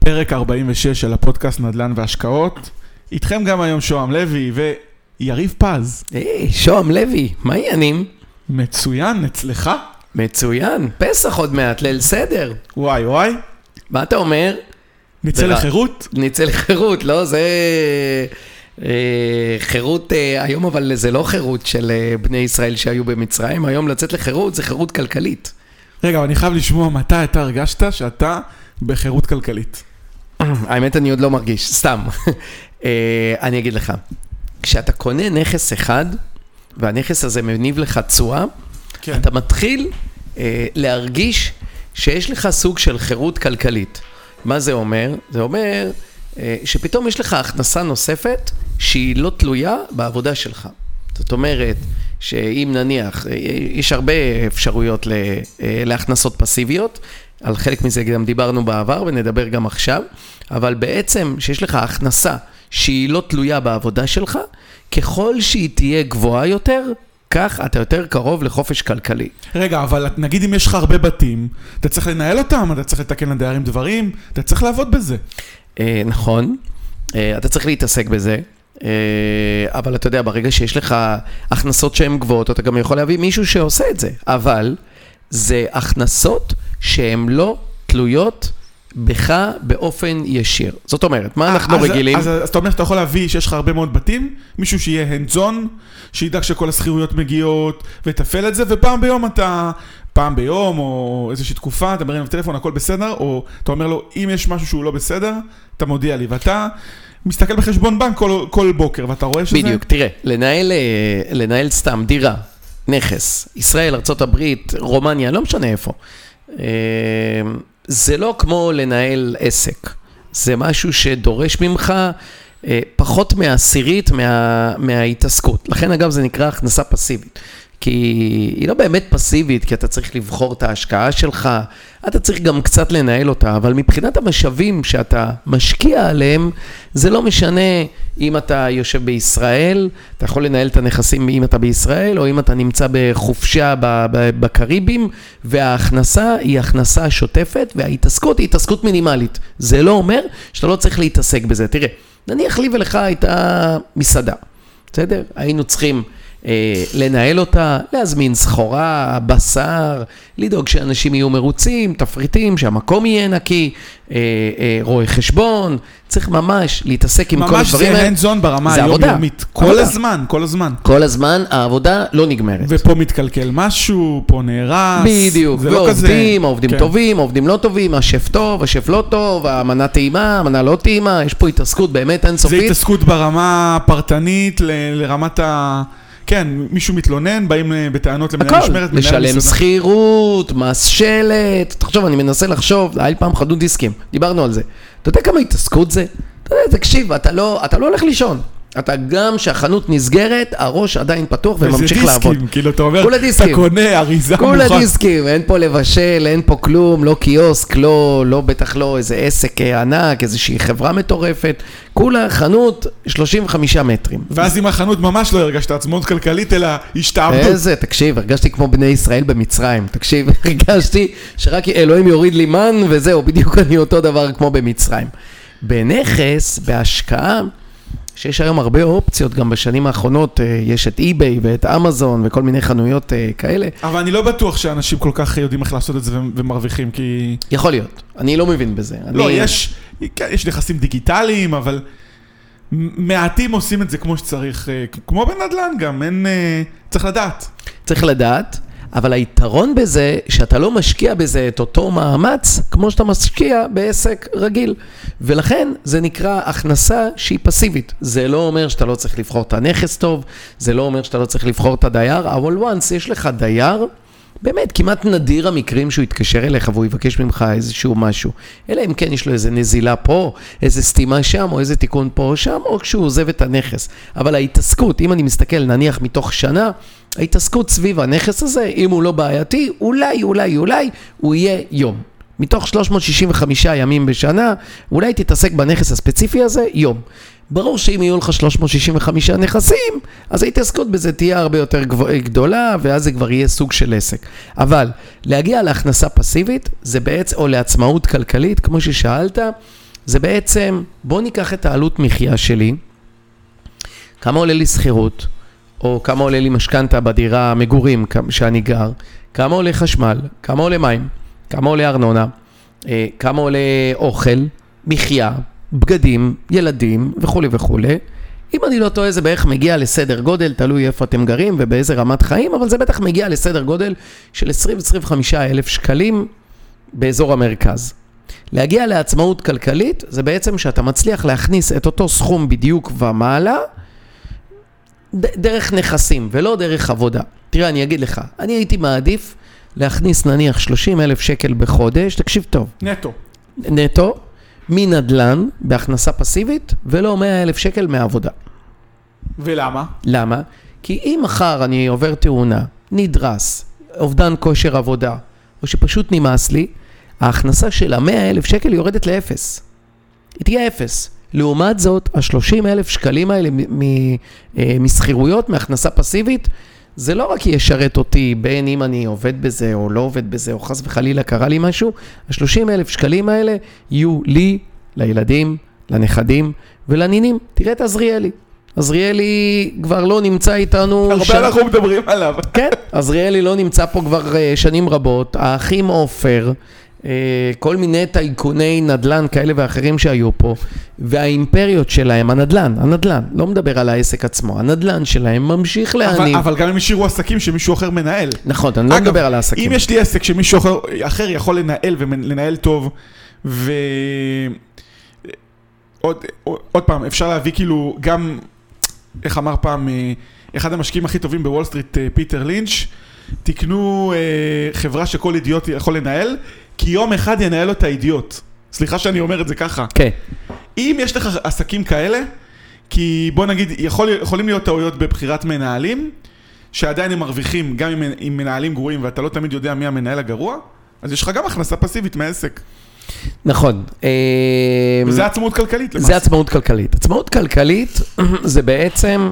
פרק 46 של הפודקאסט נדל"ן והשקעות. איתכם גם היום שוהם לוי ויריב פז. היי, שוהם לוי, מה העניינים? מצוין, אצלך? מצוין, פסח עוד מעט, ליל סדר. וואי וואי. מה אתה אומר? נצא לחירות? נצא לחירות, לא, זה חירות היום, אבל זה לא חירות של בני ישראל שהיו במצרים, היום לצאת לחירות זה חירות כלכלית. רגע, אבל אני חייב לשמוע מתי אתה הרגשת שאתה בחירות כלכלית. האמת אני עוד לא מרגיש, סתם. אני אגיד לך, כשאתה קונה נכס אחד, והנכס הזה מניב לך תשואה, כן. אתה מתחיל להרגיש שיש לך סוג של חירות כלכלית. מה זה אומר? זה אומר שפתאום יש לך הכנסה נוספת שהיא לא תלויה בעבודה שלך. זאת אומרת שאם נניח, יש הרבה אפשרויות להכנסות פסיביות, על חלק מזה גם דיברנו בעבר ונדבר גם עכשיו, אבל בעצם שיש לך הכנסה שהיא לא תלויה בעבודה שלך, ככל שהיא תהיה גבוהה יותר, כך אתה יותר קרוב לחופש כלכלי. רגע, אבל נגיד אם יש לך הרבה בתים, אתה צריך לנהל אותם, אתה צריך לתקן לדיירים דברים, אתה צריך לעבוד בזה. נכון, אתה צריך להתעסק בזה, אבל אתה יודע, ברגע שיש לך הכנסות שהן גבוהות, אתה גם יכול להביא מישהו שעושה את זה, אבל זה הכנסות שהן לא תלויות בך באופן ישיר. זאת אומרת, מה אנחנו רגילים? אז אתה אומר שאתה יכול להביא שיש לך הרבה מאוד בתים, מישהו שיהיה הנדזון, שידאג שכל הסחירויות מגיעות, ותפעל את זה, ופעם ביום אתה, פעם ביום, או איזושהי תקופה, אתה מרים בטלפון, הכל בסדר, או אתה אומר לו, אם יש משהו שהוא לא בסדר, אתה מודיע לי, ואתה מסתכל בחשבון בנק כל בוקר, ואתה רואה שזה... בדיוק, תראה, לנהל סתם דירה, נכס, ישראל, ארצות הברית, רומניה, לא משנה איפה. זה לא כמו לנהל עסק. זה משהו שדורש ממך פחות מעשירית מההתעסקות. לכן אגב זה נקרא הכנסה פסיבית. כי היא לא באמת פסיבית, כי אתה צריך לבחור את ההשקעה שלך, אתה צריך גם קצת לנהל אותה, אבל מבחינת המשאבים שאתה משקיע עליהם, זה לא משנה אם אתה יושב בישראל, אתה יכול לנהל את הנכסים אם אתה בישראל, או אם אתה נמצא בחופשה בקריבים, וההכנסה היא הכנסה שוטפת, וההתעסקות היא התעסקות מינימלית. זה לא אומר שאתה לא צריך להתעסק בזה. תראה, נניח לי ולך הייתה מסעדה, בסדר? היינו צריכים לנהל אותה, להזמין סחורה, בשר, לדאוג שאנשים יהיו מרוצים, תפריטים, שהמקום יהיה נקי, רואה חשבון, צריך ממש להתעסק עם כל הדברים האלה. ממש זה הנדזון ברמה היומיומית, כל הזמן, כל הזמן. כל הזמן, העבודה לא נגמרת. ופה מתקלקל משהו, פה נהרס. בדיוק, ועובדים, העובדים טובים, העובדים לא טובים, השף טוב, השף לא טוב, המנה טעימה, המנה לא טעימה, יש פה התעסקות באמת אינסופית. זה התעסקות ברמה פרטנית, לרמת ה... כן, מישהו מתלונן, באים בטענות למנהל משמרת. לשלם שכירות, מס שלט, תחשוב, אני מנסה לחשוב, היה לי פעם חדות דיסקים, דיברנו על זה. אתה יודע כמה התעסקות זה? אתה יודע, תקשיב, אתה לא הולך לישון. אתה גם שהחנות נסגרת, הראש עדיין פתוח וממשיך לעבוד. וזה דיסקים, כאילו אתה אומר, אתה קונה אריזה מוכן. כל הדיסקים, אין פה לבשל, אין פה כלום, לא קיוסק, לא, בטח לא איזה עסק ענק, איזושהי חברה מטורפת. כולה חנות 35 מטרים. ואז אם החנות ממש לא הרגשת עצמאות כלכלית, אלא השתעבדות. איזה, תקשיב, הרגשתי כמו בני ישראל במצרים. תקשיב, הרגשתי שרק אלוהים יוריד לי מן, וזהו, בדיוק אני אותו דבר כמו במצרים. בנכס, בהשקעה, שיש היום הרבה אופציות, גם בשנים האחרונות יש את eBay ואת אמזון וכל מיני חנויות כאלה. אבל אני לא בטוח שאנשים כל כך יודעים איך לעשות את זה ומרוויחים, כי... יכול להיות, אני לא מבין בזה. לא, יש נכסים דיגיטליים, אבל מעטים עושים את זה כמו שצריך, כמו בנדל"ן גם, צריך לדעת. צריך לדעת. אבל היתרון בזה, שאתה לא משקיע בזה את אותו מאמץ, כמו שאתה משקיע בעסק רגיל. ולכן זה נקרא הכנסה שהיא פסיבית. זה לא אומר שאתה לא צריך לבחור את הנכס טוב, זה לא אומר שאתה לא צריך לבחור את הדייר, אבל once יש לך דייר, באמת כמעט נדיר המקרים שהוא יתקשר אליך והוא יבקש ממך איזשהו משהו. אלא אם כן יש לו איזה נזילה פה, איזה סתימה שם, או איזה תיקון פה או שם, או כשהוא עוזב את הנכס. אבל ההתעסקות, אם אני מסתכל נניח מתוך שנה, ההתעסקות סביב הנכס הזה, אם הוא לא בעייתי, אולי הוא יהיה יום. מתוך 365 ימים בשנה, אולי תתעסק בנכס הספציפי הזה יום. ברור שאם יהיו לך 365 נכסים, אז ההתעסקות בזה תהיה הרבה יותר גדולה, ואז זה כבר יהיה סוג של עסק. אבל להגיע להכנסה פסיבית, זה בעצם, או לעצמאות כלכלית, כמו ששאלת, זה בעצם, בוא ניקח את העלות מחיה שלי, כמה עולה לי שכירות, או כמה עולה לי משכנתה בדירה מגורים שאני גר, כמה עולה חשמל, כמה עולה מים, כמה עולה ארנונה, כמה עולה אוכל, מחיה, בגדים, ילדים וכו' וכו'. אם אני לא טועה, זה בערך מגיע לסדר גודל, תלוי איפה אתם גרים ובאיזה רמת חיים, אבל זה בטח מגיע לסדר גודל של 20-25 אלף שקלים באזור המרכז. להגיע לעצמאות כלכלית, זה בעצם שאתה מצליח להכניס את אותו סכום בדיוק ומעלה, דרך נכסים ולא דרך עבודה. תראה, אני אגיד לך, אני הייתי מעדיף להכניס נניח 30,000 שקל בחודש, תקשיב טוב. נטו, מנדלן בהכנסה פסיבית, ולא 100,000 שקל מעבודה. ולמה? למה? כי אם מחר אני עובר תאונה, נדרס, אובדן כושר עבודה, או שפשוט נמאס לי, ההכנסה של 100,000 שקל יורדת לאפס. היא תהיה אפס. לעומת זאת, 30,000 שקלים האלה מסחירויות, מהכנסה פסיבית, זה לא רק ישרת אותי בין אם אני עובד בזה או לא עובד בזה, או חס וחלילה קרה לי משהו, 30,000 שקלים האלה יהיו לי, לילדים, לנכדים ולנינים. תראה את עזריאלי. עזריאלי כבר לא נמצא איתנו... הרבה אנחנו מדברים עליו. כן, עזריאלי לא נמצא פה כבר שנים רבות. האחים עופר, כל מיני טייקוני נדל"ן כאלה ואחרים שהיו פה, והאימפריות שלהם, הנדל"ן, לא מדבר על העסק עצמו, הנדל"ן שלהם ממשיך להניב. אבל גם הם השאירו עסקים שמישהו אחר מנהל. נכון, אני לא מדבר על העסקים. אם יש לי עסק שמישהו אחר יכול לנהל ולנהל טוב, עוד פעם, אפשר להביא כאילו גם, איך אמר פעם, אחד המשקיעים הכי טובים בוול סטריט, פיטר לינץ', תקנו חברה שכל אידיוט יכול לנהל, כי יום אחד ינהל אותה אידיוט. סליחה שאני אומר את זה ככה. כן. אם יש לך עסקים כאלה, כי בוא נגיד, יכולים להיות טעויות בבחירת מנהלים, שעדיין הם מרוויחים גם עם מנהלים גרועים, ואתה לא תמיד יודע מי המנהל הגרוע, אז יש לך גם הכנסה פסיבית מהעסק. נכון. וזה עצמאות כלכלית למעשה. זה עצמאות כלכלית. עצמאות כלכלית זה בעצם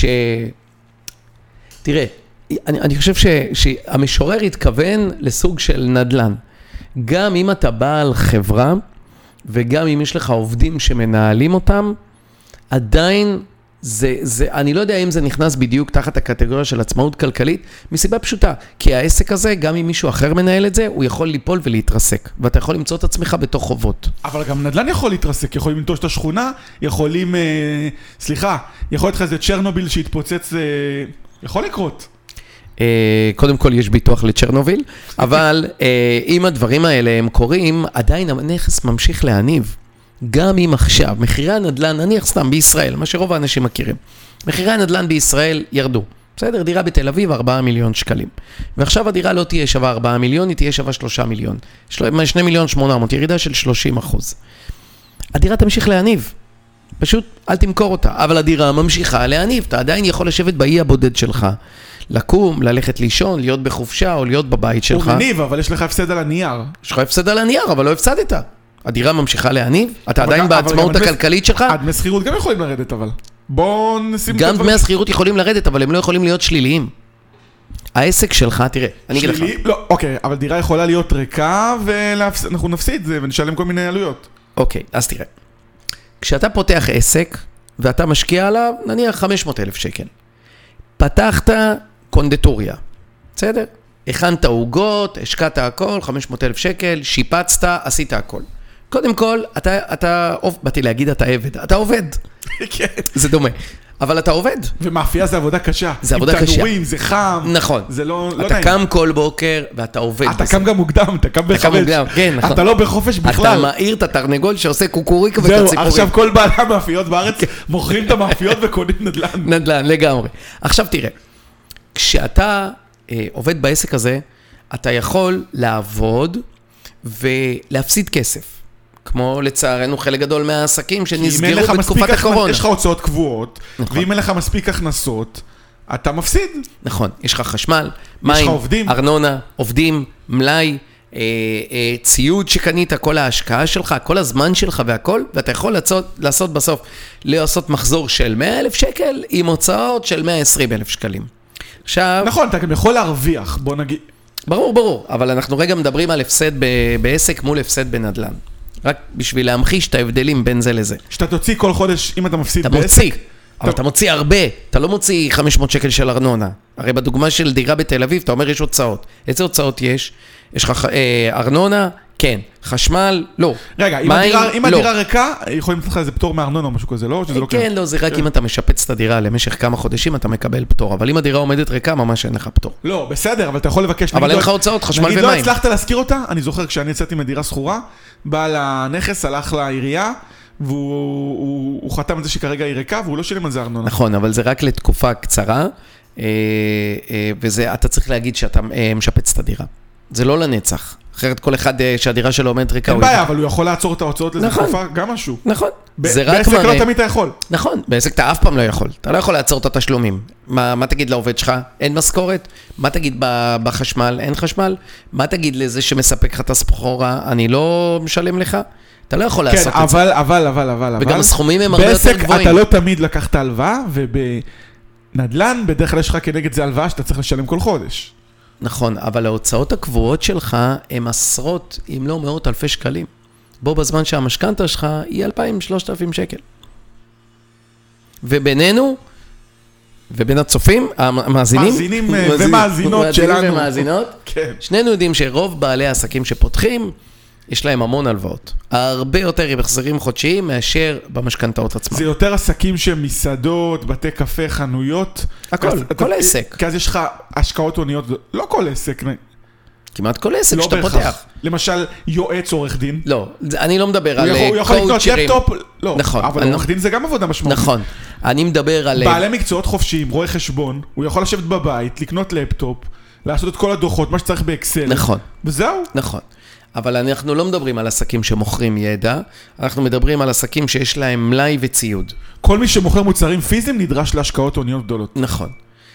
תראה, אני חושב שהמשורר התכוון לסוג של נדל"ן. גם אם אתה בעל חברה, וגם אם יש לך עובדים שמנהלים אותם, עדיין אני לא יודע אם זה נכנס בדיוק תחת הקטגוריה של עצמאות כלכלית, מסיבה פשוטה, כי העסק הזה, גם אם מישהו אחר מנהל את זה, הוא יכול ליפול ולהתרסק, ואתה יכול למצוא את עצמך בתוך חובות. אבל גם נדל"ן יכול להתרסק, יכולים לנטוש את השכונה, יכולים, יכול להיות לך איזה צ'רנוביל שהתפוצץ, יכול לקרות. קודם כל יש ביטוח לצ'רנוביל, אבל אם הדברים האלה הם קורים, עדיין הנכס ממשיך להניב. גם אם עכשיו, מחירי הנדל"ן, נניח סתם בישראל, מה שרוב האנשים מכירים, מחירי הנדל"ן בישראל ירדו. בסדר, דירה בתל אביב 4 מיליון שקלים. ועכשיו הדירה לא תהיה שווה 4 מיליון, היא תהיה שווה 3 מיליון. 2 מיליון 800, ירידה של 30%. הדירה תמשיך להניב. פשוט אל תמכור אותה, אבל הדירה ממשיכה להניב. אתה עדיין יכול לשבת באי הבודד שלך, לקום, ללכת לישון, להיות בחופשה או להיות בבית שלך. הוא מניב, אבל יש לך הפסד על הנייר. יש לך הפסד על הנייר, אבל לא הפסדת. הדירה ממשיכה להניב, אתה עדיין בעצמאות הכלכלית שלך. דמי השכירות גם יכולים לרדת, אבל. בוא נשים... גם דמי השכירות יכולים לרדת, אבל הם לא יכולים להיות שליליים. העסק שלך, תראה, אני אגיד לך. לא, אוקיי, אבל דירה יכולה להיות ריקה, ואנחנו נפסיד את זה, ונשלם כל מיני עלויות. אוקיי, אז תראה. כשאתה פותח עסק, ואתה משקיע עליו, נניח 500,000 שקל. פתחת קונדטוריה, בסדר? הכנת עוגות, השקעת הכל, 500,000 שקל, שיפצת, עשית הכל. קודם כל, באתי להגיד אתה עבד, אתה עובד. כן. זה דומה. אבל אתה עובד. ומאפייה זה עבודה קשה. זה עבודה קשה. עם תנורים, זה חם. נכון. זה לא נעים. אתה קם כל בוקר ואתה עובד. אתה קם גם מוקדם, אתה קם בחמש. כן, נכון. אתה לא בחופש בכלל. אתה מעיר את התרנגול שעושה קוקוריק ואת הציפורים. זהו, עכשיו כל בעלי המאפיות בארץ מוכרים את המאפיות וקונים נדל"ן. נדל"ן, לגמרי. עכשיו תראה, כשאתה עובד בעסק הזה, אתה יכול לעבוד ולהפסיד כסף. כמו לצערנו חלק גדול מהעסקים שנסגרו בתקופת הקורונה. יש לך הוצאות קבועות, ואם אין לך מספיק הכנסות, אתה מפסיד. נכון, יש לך חשמל, מים, ארנונה, עובדים, מלאי, ציוד שקנית, כל ההשקעה שלך, כל הזמן שלך והכל, ואתה יכול לעשות בסוף, לעשות מחזור של 100,000 שקל עם הוצאות של 120,000 שקלים. עכשיו... נכון, אתה גם יכול להרוויח, בוא נגיד. ברור, אבל אנחנו רגע מדברים על הפסד בעסק מול הפסד בנדל"ן. רק בשביל להמחיש את ההבדלים בין זה לזה. שאתה תוציא כל חודש, אם אתה מפסיד אתה מוציא, אבל אתה מוציא הרבה, אתה לא מוציא 500 שקל של ארנונה. הרי בדוגמה של דירה בתל אביב, אתה אומר יש הוצאות. איזה הוצאות יש? יש לך ארנונה? כן. חשמל? לא. רגע, אם הדירה ריקה, יכולים לתת לך איזה פטור מארנונה או משהו כזה, לא? כן, לא, זה רק אם אתה משפץ את הדירה למשך כמה חודשים, אתה מקבל פטור. אבל אם הדירה עומדת ריקה, ממש אין לך פטור. לא, בסדר, אבל אתה יכול לבקש... אבל אין לך הוצאות, חשמל ומים. נגיד לא הצלחת להזכיר אותה, אני זוכר כשאני יצאתי מדירה סחורה, בעל הנכס הלך לעירייה, והוא חתם על זה שכרגע היא ריקה, והוא לא שילם על זה ארנונה. נכון, אבל זה רק לתקופה קצרה, וזה, אתה צריך להגיד שאתה משפץ את הדירה. זה לא לנצח. אחרת כל אחד שהדירה שלו עומדת ריקה. אין בעיה, אבל הוא יכול לעצור את ההוצאות לזה תקופה, גם משהו. נכון. בעסק לא תמיד אתה יכול. נכון, בעסק אתה אף פעם לא יכול. אתה לא יכול לעצור את התשלומים. מה תגיד לעובד שלך? אין משכורת? מה תגיד בחשמל? אין חשמל? מה תגיד לזה שמספק לך את הסחורה? אני לא משלם לך? אתה לא יכול לעשות את זה. כן, אבל. וגם הסכומים הם הרבה יותר גבוהים. בעסק אתה לא תמיד לקחת הלוואה, ובנדל"ן בדרך כלל יש לך כנגד זה הלוואה שאתה צריך לשלם כל חודש. נכון, אבל ההוצאות הקבועות שלך הן עשרות, אם לא מאות אלפי שקלים. בו בזמן שהמשכנתא שלך היא 2,000-3,000 שקל. ובינינו, ובין הצופים, מאזינים ומאזינות שלנו. כן. שנינו יודעים שרוב בעלי העסקים שפותחים, יש להם המון הלוואות. הרבה יותר החזרים חודשיים מאשר במשכנתאות עצמם. זה יותר עסקים שמסעדות, בתי קפה, חנויות. כל עסק. כי אז יש לך השקעות הוניות, לא כל עסק. כמעט כל עסק שאתה פותח. למשל, יועץ עורך דין. לא, אני לא מדבר על קואוצ'רים. הוא יכול לקנות לפטופ, לא. נכון. אבל עורך דין זה גם עבודה משמעותית. נכון. אני מדבר על... בעלי מקצועות חופשיים, רואה חשבון, הוא יכול לשבת בבית, לקנות לפטופ, לעשות את כל הדוחות, מה שצריך באקסל. נכון. וזהו. נכון. אבל אנחנו לא מדברים על עסקים שמוכרים ידע, אנחנו מדברים על עסקים שיש להם מלאי וציוד. כל מי שמוכר מוצרים פיזיים נדרש להשקעות הוניות גדולות. נכון.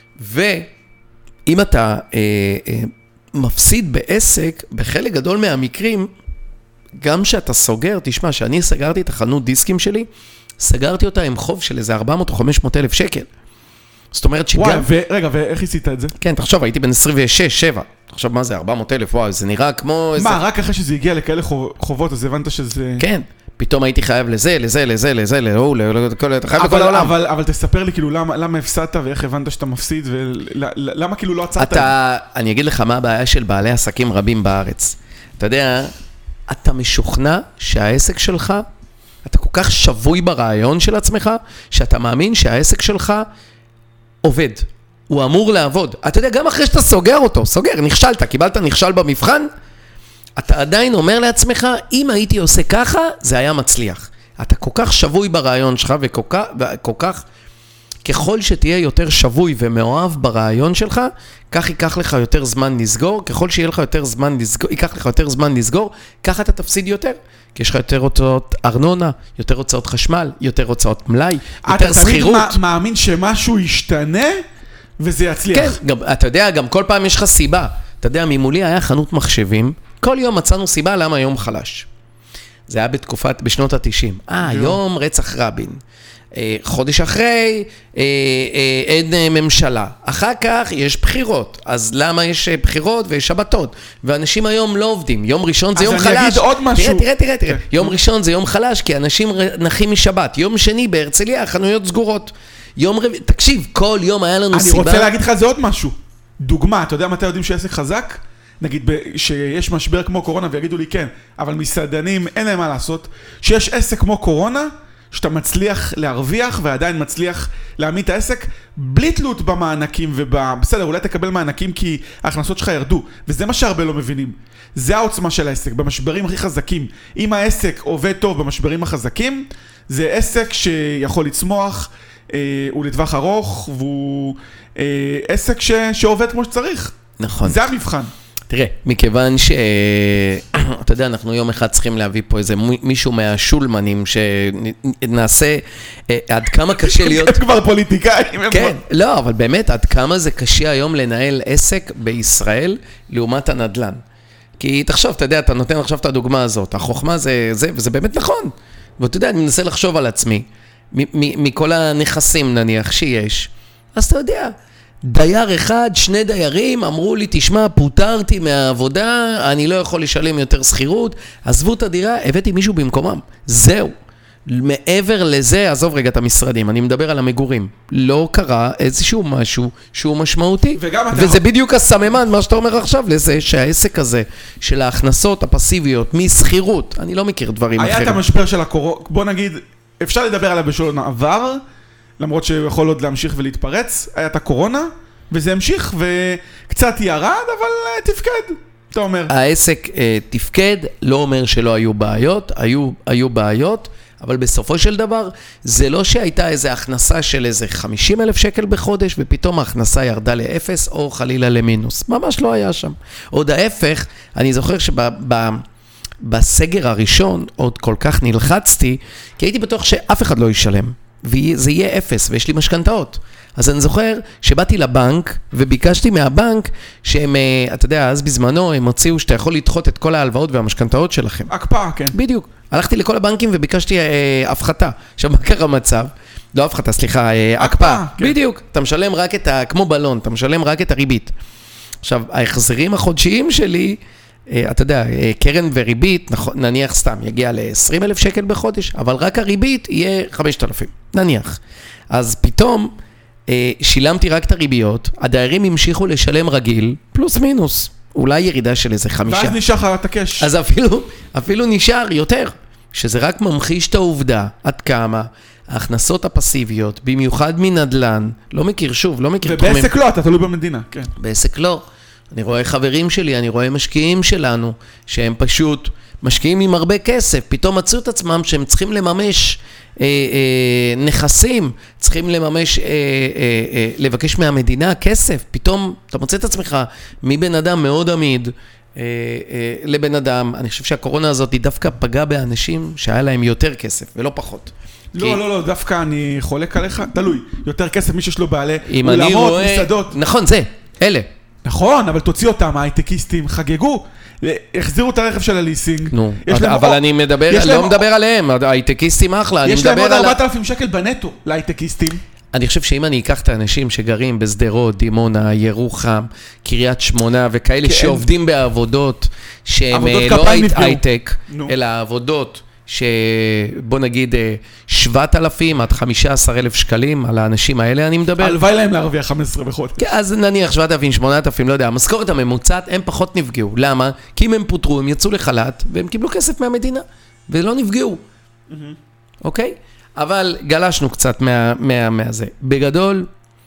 ואם אתה מפסיד בעסק, בחלק גדול מהמקרים, גם שאתה סוגר, תשמע, שאני סגרתי את החנות דיסקים שלי, סגרתי אותה עם חוב של איזה 400 או 500 אלף שקל. זאת אומרת שגם... וואי, רגע, ואיך עשית את זה? כן, תחשוב, הייתי בן 26-7. תחשוב, מה זה, 400,000, וואו, זה נראה כמו... מה, רק אחרי שזה הגיע לכאלה חובות, אז הבנת שזה... כן, פתאום הייתי חייב לזה, אבל תספר לי, כאילו, למה הפסדת ואיך הבנת שאתה מפסיד, ולמה כאילו לא עצרת? אני אגיד לך מה הבעיה של בעלי עסקים רבים בארץ. אתה יודע, אתה משוכנע שהעסק שלך, אתה כל כך שבוי ברעיון של עצמך, שאתה מאמין שהעסק שלך עובד. הוא אמור לעבוד. אתה יודע, גם אחרי שאתה סוגר אותו, נכשלת, קיבלת נכשל במבחן, אתה עדיין אומר לעצמך, אם הייתי עושה ככה, זה היה מצליח. אתה כל כך שבוי ברעיון שלך, וכל כך, ככל שתהיה יותר שבוי ומאוהב ברעיון שלך, כך ייקח לך יותר זמן לסגור, ככל שיהיה לך יותר זמן לסגור, ייקח לך יותר זמן לסגור, ככה אתה תפסיד יותר. כי יש לך יותר הוצאות ארנונה, יותר הוצאות חשמל, יותר הוצאות מלאי, יותר שכירות. אתה תמיד מאמין שמשהו ישתנה, וזה יצליח. כן, גם, אתה יודע, גם כל פעם יש לך סיבה. אתה יודע, ממולי היה חנות מחשבים, כל יום מצאנו סיבה למה היום חלש. זה היה בשנות ה-90. יום רצח רבין. חודש אחרי, אין ממשלה. אחר כך יש בחירות. אז למה יש בחירות ויש שבתות? ואנשים היום לא עובדים. יום ראשון זה יום חלש. אז אני אגיד עוד משהו. תראה. יום ראשון זה יום חלש, כי אנשים נחים משבת. יום שני בהרצליה, החנויות סגורות. תקשיב, כל יום היה לנו סיבה. אני רוצה להגיד לך זה עוד משהו. דוגמה, אתה יודע מתי יודעים שעסק חזק? נגיד שיש משבר כמו קורונה ויגידו לי כן, אבל מסעדנים אין להם מה לעשות. שיש עסק כמו קורונה, שאתה להרוויח ועדיין מצליח להעמיד את העסק בלי תלות במענקים בסדר, אולי תקבל מענקים כי ההכנסות שלך ירדו, וזה מה שהרבה לא מבינים. זה העוצמה של העסק, במשברים הכי חזקים. אם העסק עובד טוב במשברים החזקים, זה עסק שיכול לצמוח, הוא לטווח ארוך, והוא עסק שעובד כמו שצריך. נכון. זה המבחן. תראה, מכיוון אתה יודע, אנחנו יום אחד צריכים להביא פה איזה מישהו מהשולמנים שנעשה עד כמה קשה להיות... כבר פוליטיקאים. כן, לא, אבל באמת, עד כמה זה קשה היום לנהל עסק בישראל לעומת הנדל"ן. כי תחשוב, אתה יודע, אתה נותן עכשיו את הדוגמה הזאת, החוכמה זה, וזה באמת נכון. ואתה יודע, אני מנסה לחשוב על עצמי, מכל הנכסים נניח שיש, אז אתה יודע, דייר אחד, 2 דיירים, אמרו לי, תשמע, פוטרתי מהעבודה, אני לא יכול לשלם יותר שכירות, עזבו את הדירה, הבאתי מישהו במקומם. זהו. מעבר לזה, עזוב רגע את המשרדים, אני מדבר על המגורים. לא קרה איזשהו משהו שהוא משמעותי. וזה בדיוק הסממן, מה שאתה אומר עכשיו, לזה שהעסק הזה של ההכנסות הפסיביות מסחירות, אני לא מכיר דברים אחרים. היה את המשבר של הקורונה, בוא נגיד, אפשר לדבר עליו בשעון העבר, למרות שהוא יכול עוד להמשיך ולהתפרץ, היה את הקורונה, וזה המשיך וקצת ירד, אבל תפקד, אתה אומר. העסק תפקד, לא אומר שלא היו בעיות, היו בעיות, אבל בסופו של דבר, זה לא שהייתה איזו הכנסה של איזה 50,000 שקל בחודש, ופתאום ההכנסה ירדה ל0 או חלילה למינוס. ממש לא היה שם. עוד ההפך, אני זוכר בסגר הראשון, עוד כל כך נלחצתי, כי הייתי בטוח שאף אחד לא ישלם. וזה יהיה 0, ויש לי משכנתאות. אז אני זוכר שבאתי לבנק, וביקשתי מהבנק, שהם, אתה יודע, אז בזמנו הם הוציאו שאתה יכול לדחות את כל ההלוואות והמשכנתאות שלכם. הקפאה, כן. בדיוק. הלכתי לכל הבנקים וביקשתי הפחתה. עכשיו, מה קרה מצב? לא הפחתה, סליחה, הקפאה. כן. בדיוק. אתה משלם רק כמו בלון, אתה משלם רק את הריבית. עכשיו, ההחזרים החודשיים שלי, אתה יודע, קרן וריבית, נניח סתם, יגיע ל-20,000 שקל בחודש, אבל רק הריבית יהיה 5,000, נניח. אז פתאום שילמתי רק את הריביות, הדיירים המשיכו לשלם רגיל, פלוס מינוס, אולי ירידה של איזה 5. ואז נשאר לך את הקש. אז אפילו נשאר יותר, שזה רק ממחיש את העובדה, עד כמה ההכנסות הפסיביות, במיוחד מנדלן, לא מכיר שוב, לא מכיר. ובעסק לא, אתה תלוי במדינה, כן. בעסק לא. אני רואה חברים שלי, אני רואה משקיעים שלנו, שהם פשוט משקיעים עם הרבה כסף, פתאום מצאו את עצמם שהם צריכים לממש נכסים, צריכים לממש, לבקש מהמדינה כסף, פתאום אתה מוצא את עצמך מבן אדם מאוד עמיד לבן אדם, אני חושב שהקורונה הזאת היא דווקא פגעה באנשים שהיה להם יותר כסף ולא פחות. לא, דווקא אני חולק עליך, תלוי, יותר כסף מי שיש לו בעלי אולמות, מסעדות. נכון, אלה. נכון, אבל תוציא אותם, ההייטקיסטים חגגו, החזירו את הרכב של הליסינג. נו, אבל אני לא מדבר עליהם, ההייטקיסטים אחלה, אני מדבר על... יש להם עוד 4,000 שקל בנטו להייטקיסטים. אני חושב שאם אני אקח את האנשים שגרים בשדרות, דימונה, ירוחם, קריית שמונה וכאלה שעובדים בעבודות שהם לא הייטק, אלא עבודות שבוא נגיד 7,000 עד 15,000 שקלים על האנשים האלה אני מדבר. הלוואי להם להרוויח 15 בחודש. אז נניח 7,000, 8,000, לא יודע, המשכורת הממוצעת הם פחות נפגעו. למה? כי אם הם פוטרו, הם יצאו לחל"ת והם קיבלו כסף מהמדינה ולא נפגעו. אוקיי? אבל גלשנו קצת מהזה. בגדול,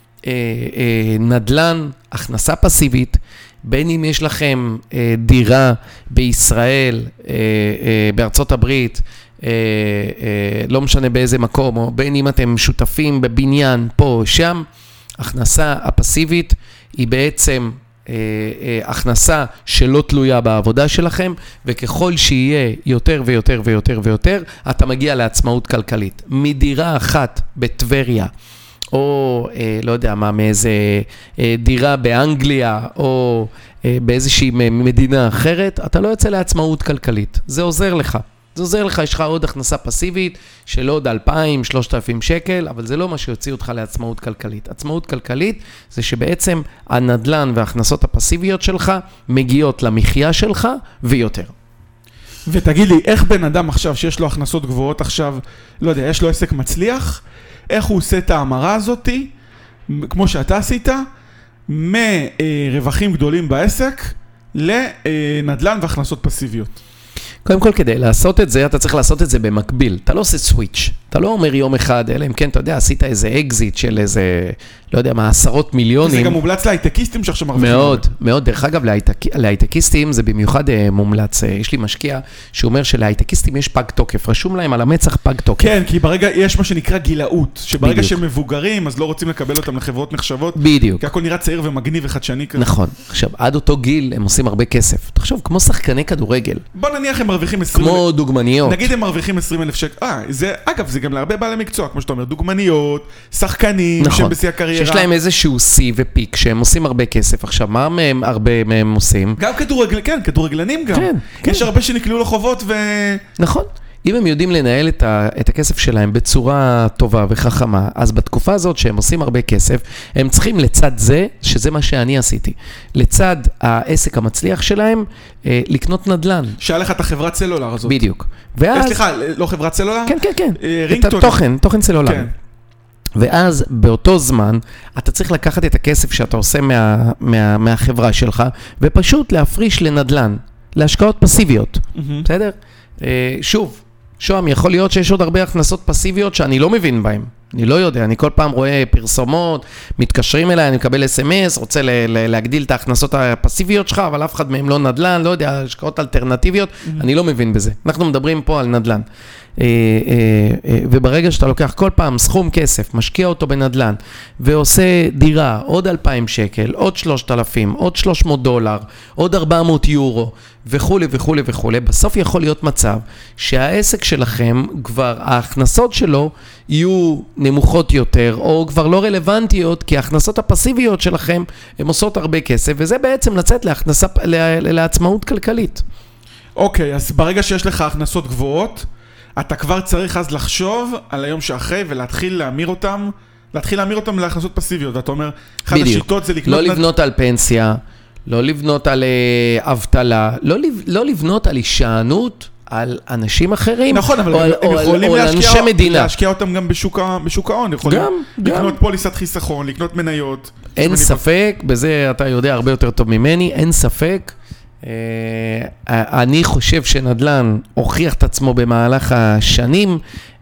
נדל"ן, הכנסה פסיבית, בין אם יש לכם דירה בישראל, בארצות הברית, לא משנה באיזה מקום, או בין אם אתם שותפים בבניין פה או שם, הכנסה הפסיבית היא בעצם הכנסה שלא תלויה בעבודה שלכם, וככל שיהיה יותר ויותר ויותר ויותר, אתה מגיע לעצמאות כלכלית. מדירה אחת בטבריה, או לא יודע מה, מאיזה דירה באנגליה, או באיזושהי מדינה אחרת, אתה לא יוצא לעצמאות כלכלית. זה עוזר לך. זה עוזר לך, יש לך עוד הכנסה פסיבית של עוד 2,000, 3,000 שקל, אבל זה לא מה שיוציא אותך לעצמאות כלכלית. עצמאות כלכלית זה שבעצם הנדלן וההכנסות הפסיביות שלך מגיעות למחיה שלך ויותר. ותגיד לי, איך בן אדם עכשיו שיש לו הכנסות גבוהות עכשיו, לא יודע, יש לו עסק מצליח, איך הוא עושה את ההמרה הזאת, כמו שאתה עשית, מרווחים גדולים בעסק לנדלן והכנסות פסיביות? קודם כל, כדי לעשות את זה, אתה צריך לעשות את זה במקביל. אתה לא עושה סוויץ'. אתה לא אומר יום אחד, אלא אם כן, אתה יודע, עשית איזה אקזיט של איזה, לא יודע מה, 10 מיליונים. זה גם מומלץ להייטקיסטים שעכשיו מרוויחים. מאוד, מאוד. דרך אגב, להייטקיסטים זה במיוחד מומלץ. יש לי משקיע שאומר שלהייטקיסטים יש פג תוקף. רשום להם על המצח פג תוקף. כן, כי ברגע, יש מה שנקרא גילאות, שברגע שהם מבוגרים, אז לא רוצים לקבל אותם לחברות נחשבות. בדיוק. כי הכל נראה צעיר ומגניב וחדשני כזה. נכון. עכשיו, עד אותו גיל הם עושים הרבה כסף. תחשוב, כמו שחקני כדורגל. בוא נניח הם מרוויחים 20,000. כמו דוגמניות. נגיד הם מרוויחים 20,000 שקל. אגב, זה גם להרבה בעלי מקצוע, כמו שאתה אומר, דוגמניות, שחקנים, נכון. שהם בשיא הקריירה. שיש להם איזשהו שיא ופיק, שהם עושים הרבה כסף. עכשיו, מה הרבה מהם עושים? גם כדורגלנים גם. כן, יש הרבה שנקלעו לחובות נכון. אם הם יודעים לנהל את הכסף שלהם בצורה טובה וחכמה, אז בתקופה הזאת שהם עושים הרבה כסף, הם צריכים לצד זה, שזה מה שאני עשיתי, לצד העסק המצליח שלהם, לקנות נדל"ן. שהיה לך את החברת סלולר הזאת. בדיוק. ואז... סליחה, לא חברת סלולר? כן, כן, כן. רינגטון. תוכן סלולרי. כן. ואז באותו זמן, אתה צריך לקחת את הכסף שאתה עושה מהחברה שלך, ופשוט להפריש לנדל"ן, להשקעות פסיביות. בסדר? שוב, שוהם, יכול להיות שיש עוד הרבה הכנסות פסיביות שאני לא מבין בהן. אני לא יודע, אני כל פעם רואה פרסומות, מתקשרים אליי, אני מקבל SMS, רוצה להגדיל את ההכנסות הפסיביות שלך, אבל אף אחד מהם לא נדל"ן, לא יודע, השקעות אלטרנטיביות, אני לא מבין בזה. אנחנו מדברים פה על נדל"ן. וברגע שאתה לוקח כל פעם סכום כסף, משקיע אותו בנדל"ן, ועושה דירה, עוד 2,000 שקל, עוד 3,000, עוד $300, עוד 400 יורו, וכו' וכו' וכו', בסוף יכול להיות מצב שהעסק שלכם, כבר ההכנסות שלו יהיו נמוכות יותר, או כבר לא רלוונטיות, כי ההכנסות הפסיביות שלכם, הן עושות הרבה כסף, וזה בעצם לצאת לעצמאות כלכלית. אוקיי, אז ברגע שיש לך הכנסות גבוהות, אתה כבר צריך אז לחשוב על היום שאחרי ולהתחיל להמיר אותם להכנסות פסיביות. אתה אומר, אחד השיטות זה לקנות... לא לבנות על פנסיה, לא לבנות על אבטלה, לא לבנות על הישענות על אנשים אחרים, נכון, אבל הם יכולים להשקיע אותם גם בשוק ההון, יכולים לקנות פוליסת חיסכון, לקנות מניות. אין ספק, בזה אתה יודע הרבה יותר טוב ממני, אין ספק. אני חושב שנדל"ן הוכיח את עצמו במהלך השנים,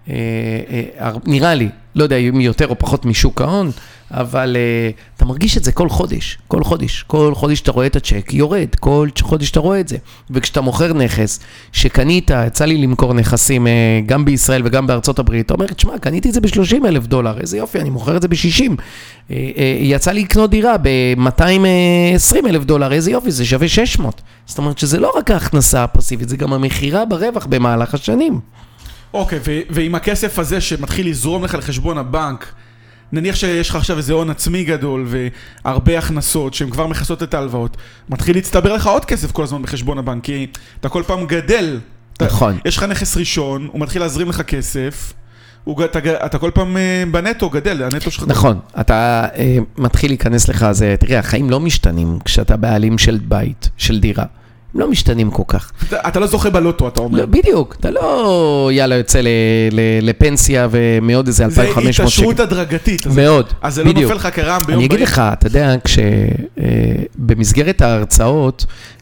נראה לי, לא יודע אם יותר או פחות משוק ההון, אבל אתה מרגיש את זה כל חודש, כל חודש אתה רואה את הצ'ק, יורד, כל חודש אתה רואה את זה. וכשאתה מוכר נכס, שקנית, יצא לי למכור נכסים גם בישראל וגם בארצות הברית, אתה אומר, תשמע, קניתי את זה $30,000, איזה יופי, אני מוכר את זה ב-60. יצא לי לקנות דירה ב-$220,000, איזה יופי, זה שווה 600. זאת אומרת שזה לא רק ההכנסה הפסיבית, זה גם המחירה ברווח במהלך השנים. אוקיי, ועם הכסף הזה שמתחיל לזרום לך לחשבון הבנק, נניח שיש לך עכשיו איזה הון עצמי גדול והרבה הכנסות שהן כבר מכסות את ההלוואות, מתחיל להצטבר לך עוד כסף כל הזמן בחשבון הבנק, כי אתה כל פעם גדל. נכון. יש לך נכס ראשון, הוא מתחיל להזרים לך כסף, אתה כל פעם בנטו גדל, הנטו שלך... נכון, אתה מתחיל להיכנס לך, תראה, החיים לא משתנים כשאתה בעלים של בית, של דירה. הם לא משתנים כל כך. אתה לא זוכה בלוטו, אתה אומר. בדיוק, אתה לא יאללה יוצא לפנסיה ומאוד איזה 2,500 שקל. זה התעשרות הדרגתית. מאוד, אז זה לא נופל לך כרעם ביום אני אגיד לך, אתה יודע, במסגרת ההרצאות,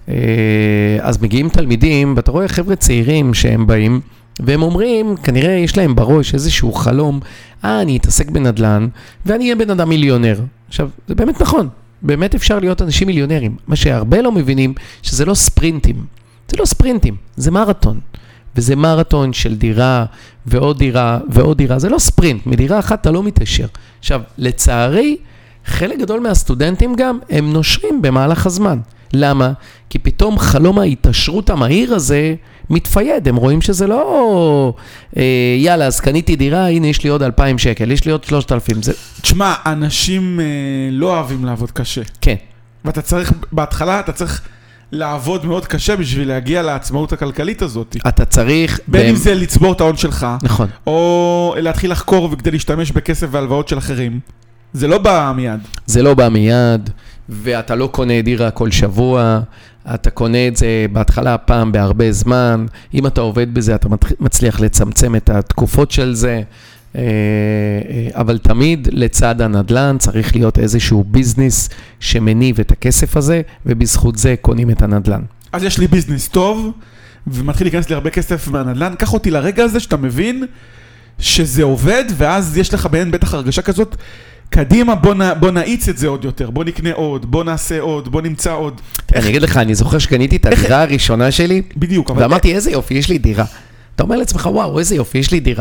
אז מגיעים תלמידים, ואתה רואה חבר'ה צעירים שהם באים, והם אומרים, כנראה יש להם בראש איזשהו חלום, אני אתעסק בנדל"ן, ואני אהיה בן אדם מיליונר. עכשיו, זה באמת נכון. באמת אפשר להיות אנשים מיליונרים. מה שהרבה לא מבינים, שזה לא ספרינטים. זה לא ספרינטים, זה מרתון. וזה מרתון של דירה ועוד דירה ועוד דירה. זה לא ספרינט, מדירה אחת אתה לא מתעשר. עכשיו, לצערי, חלק גדול מהסטודנטים גם, הם נושרים במהלך הזמן. למה? כי פתאום חלום ההתעשרות המהיר הזה מתפייד. הם רואים שזה לא, יאללה, אז קניתי דירה, הנה יש לי עוד 2,000 שקל, יש לי עוד 3,000. תשמע, אנשים לא אוהבים לעבוד קשה. כן. ואתה צריך, בהתחלה אתה צריך לעבוד מאוד קשה בשביל להגיע לעצמאות הכלכלית הזאת. אתה צריך... בין אם זה לצבור את ההון שלך. נכון. או להתחיל לחקור וכדי להשתמש בכסף והלוואות של אחרים. זה לא בא מיד. זה לא בא מיד, ואתה לא קונה דירה כל שבוע, אתה קונה את זה בהתחלה פעם בהרבה זמן, אם אתה עובד בזה אתה מצליח לצמצם את התקופות של זה, אבל תמיד לצד הנדל"ן צריך להיות איזשהו ביזנס שמניב את הכסף הזה, ובזכות זה קונים את הנדל"ן. אז יש לי ביזנס טוב, ומתחיל להיכנס לי הרבה כסף מהנדל"ן, קח אותי לרגע הזה שאתה מבין שזה עובד, ואז יש לך בהן בטח הרגשה כזאת, קדימה, בוא נאיץ את זה עוד יותר, בוא נקנה עוד, בוא נעשה עוד, בוא נמצא עוד. אני אגיד לך, אני זוכר שקניתי את הדירה הראשונה שלי, בדיוק, ואמרתי, איזה יופי, יש לי דירה. אתה אומר לעצמך, וואו, איזה יופי, יש לי דירה.